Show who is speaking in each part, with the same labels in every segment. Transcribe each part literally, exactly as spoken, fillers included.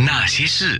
Speaker 1: 那些事，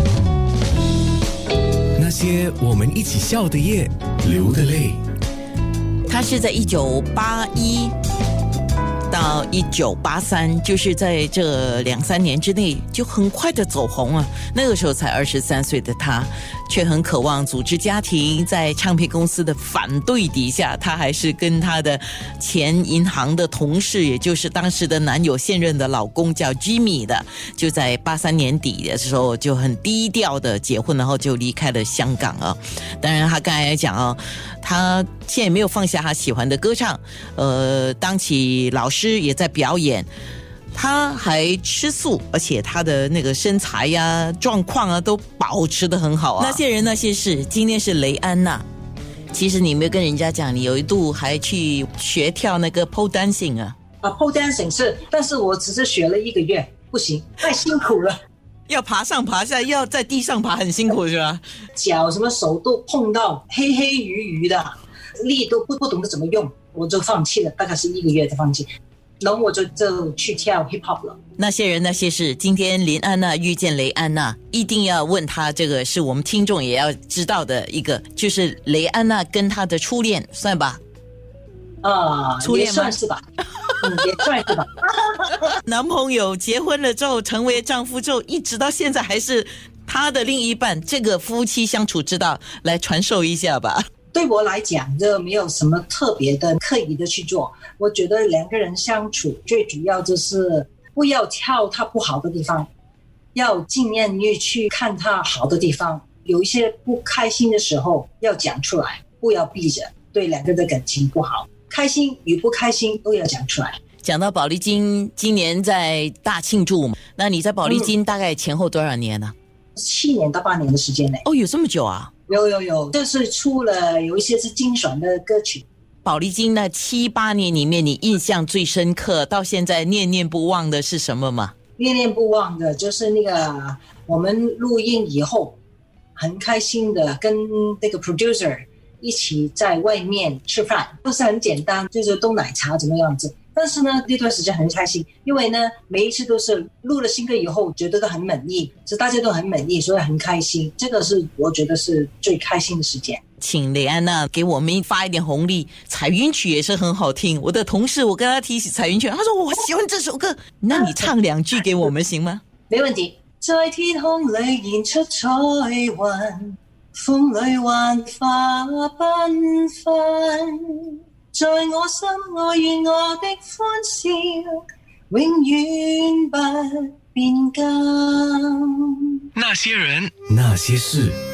Speaker 2: 那些我们一起笑的夜，流的泪。
Speaker 3: 他是在一九八一到一九八三，就是在这两三年之内就很快的走红啊。那个时候才二十三岁的他，却很渴望组织家庭。在唱片公司的反对底下，他还是跟他的前银行的同事，也就是当时的男友现任的老公叫 Jimmy 的，就在八三年底的时候就很低调的结婚，然后就离开了香港啊。当然他刚才讲啊，他现在也没有放下他喜欢的歌唱，呃，当起老师也在表演。他还吃素，而且他的那个身材呀、状况啊都保持得很好啊。那些人那些事，今天是雷安娜。其实你没有跟人家讲，你有一度还去学跳那个 pole dancing 啊？
Speaker 4: 啊 ，pole dancing 是，但是我只是学了一个月，不行，太辛苦了。
Speaker 3: 要爬上爬下，要在地上爬，很辛苦是吧？
Speaker 4: 脚什么手都碰到黑黑鱼鱼的，力都不不懂得怎么用，我就放弃了，大概是一个月就放弃。然后我就就去跳 hip hop 了。
Speaker 3: 那些人那些事，今天林安娜遇见雷安娜，一定要问她，这个是我们听众也要知道的一个，就是雷安娜跟她的初恋，算吧？
Speaker 4: 啊、呃，
Speaker 3: 初恋吗？
Speaker 4: 也算是吧，嗯，也算是吧。
Speaker 3: 男朋友结婚了之后，成为丈夫之后，一直到现在还是他的另一半，这个夫妻相处之道，来传授一下吧。
Speaker 4: 对我来讲，这没有什么特别的刻意的去做。我觉得两个人相处最主要就是不要挑他不好的地方，要尽量于去看他好的地方。有一些不开心的时候要讲出来，不要避着，对两个人的感情不好。开心与不开心都要讲出来。
Speaker 3: 讲到宝丽金今年在大庆祝，那你在宝丽金大概前后多少年呢？
Speaker 4: 七年到八年的时间呢。
Speaker 3: 哦，有这么久啊？
Speaker 4: 有有有，这是出了有一些是精选的歌曲。
Speaker 3: 宝丽金那七八年里面，你印象最深刻，到现在念念不忘的是什么吗？
Speaker 4: 念念不忘的就是那个我们录音以后，很开心的跟那个 producer 一起在外面吃饭，不是很简单，就是冬奶茶怎么样子。但是呢，那段时间很开心，因为呢，每一次都是录了新歌以后，觉得都很满意，是大家都很满意，所以很开心。这个是我觉得是最开心的时间。
Speaker 3: 请雷安娜给我们发一点红利，彩云曲也是很好听。我的同事，我跟他提起彩云曲，他说我喜欢这首歌，那你唱两句给我们行吗？
Speaker 4: 没问题。在天空里現出彩雲，風裏幻化繽紛。在我心，我願我的歡笑永遠不變更。
Speaker 1: 那些人，
Speaker 2: 那些事。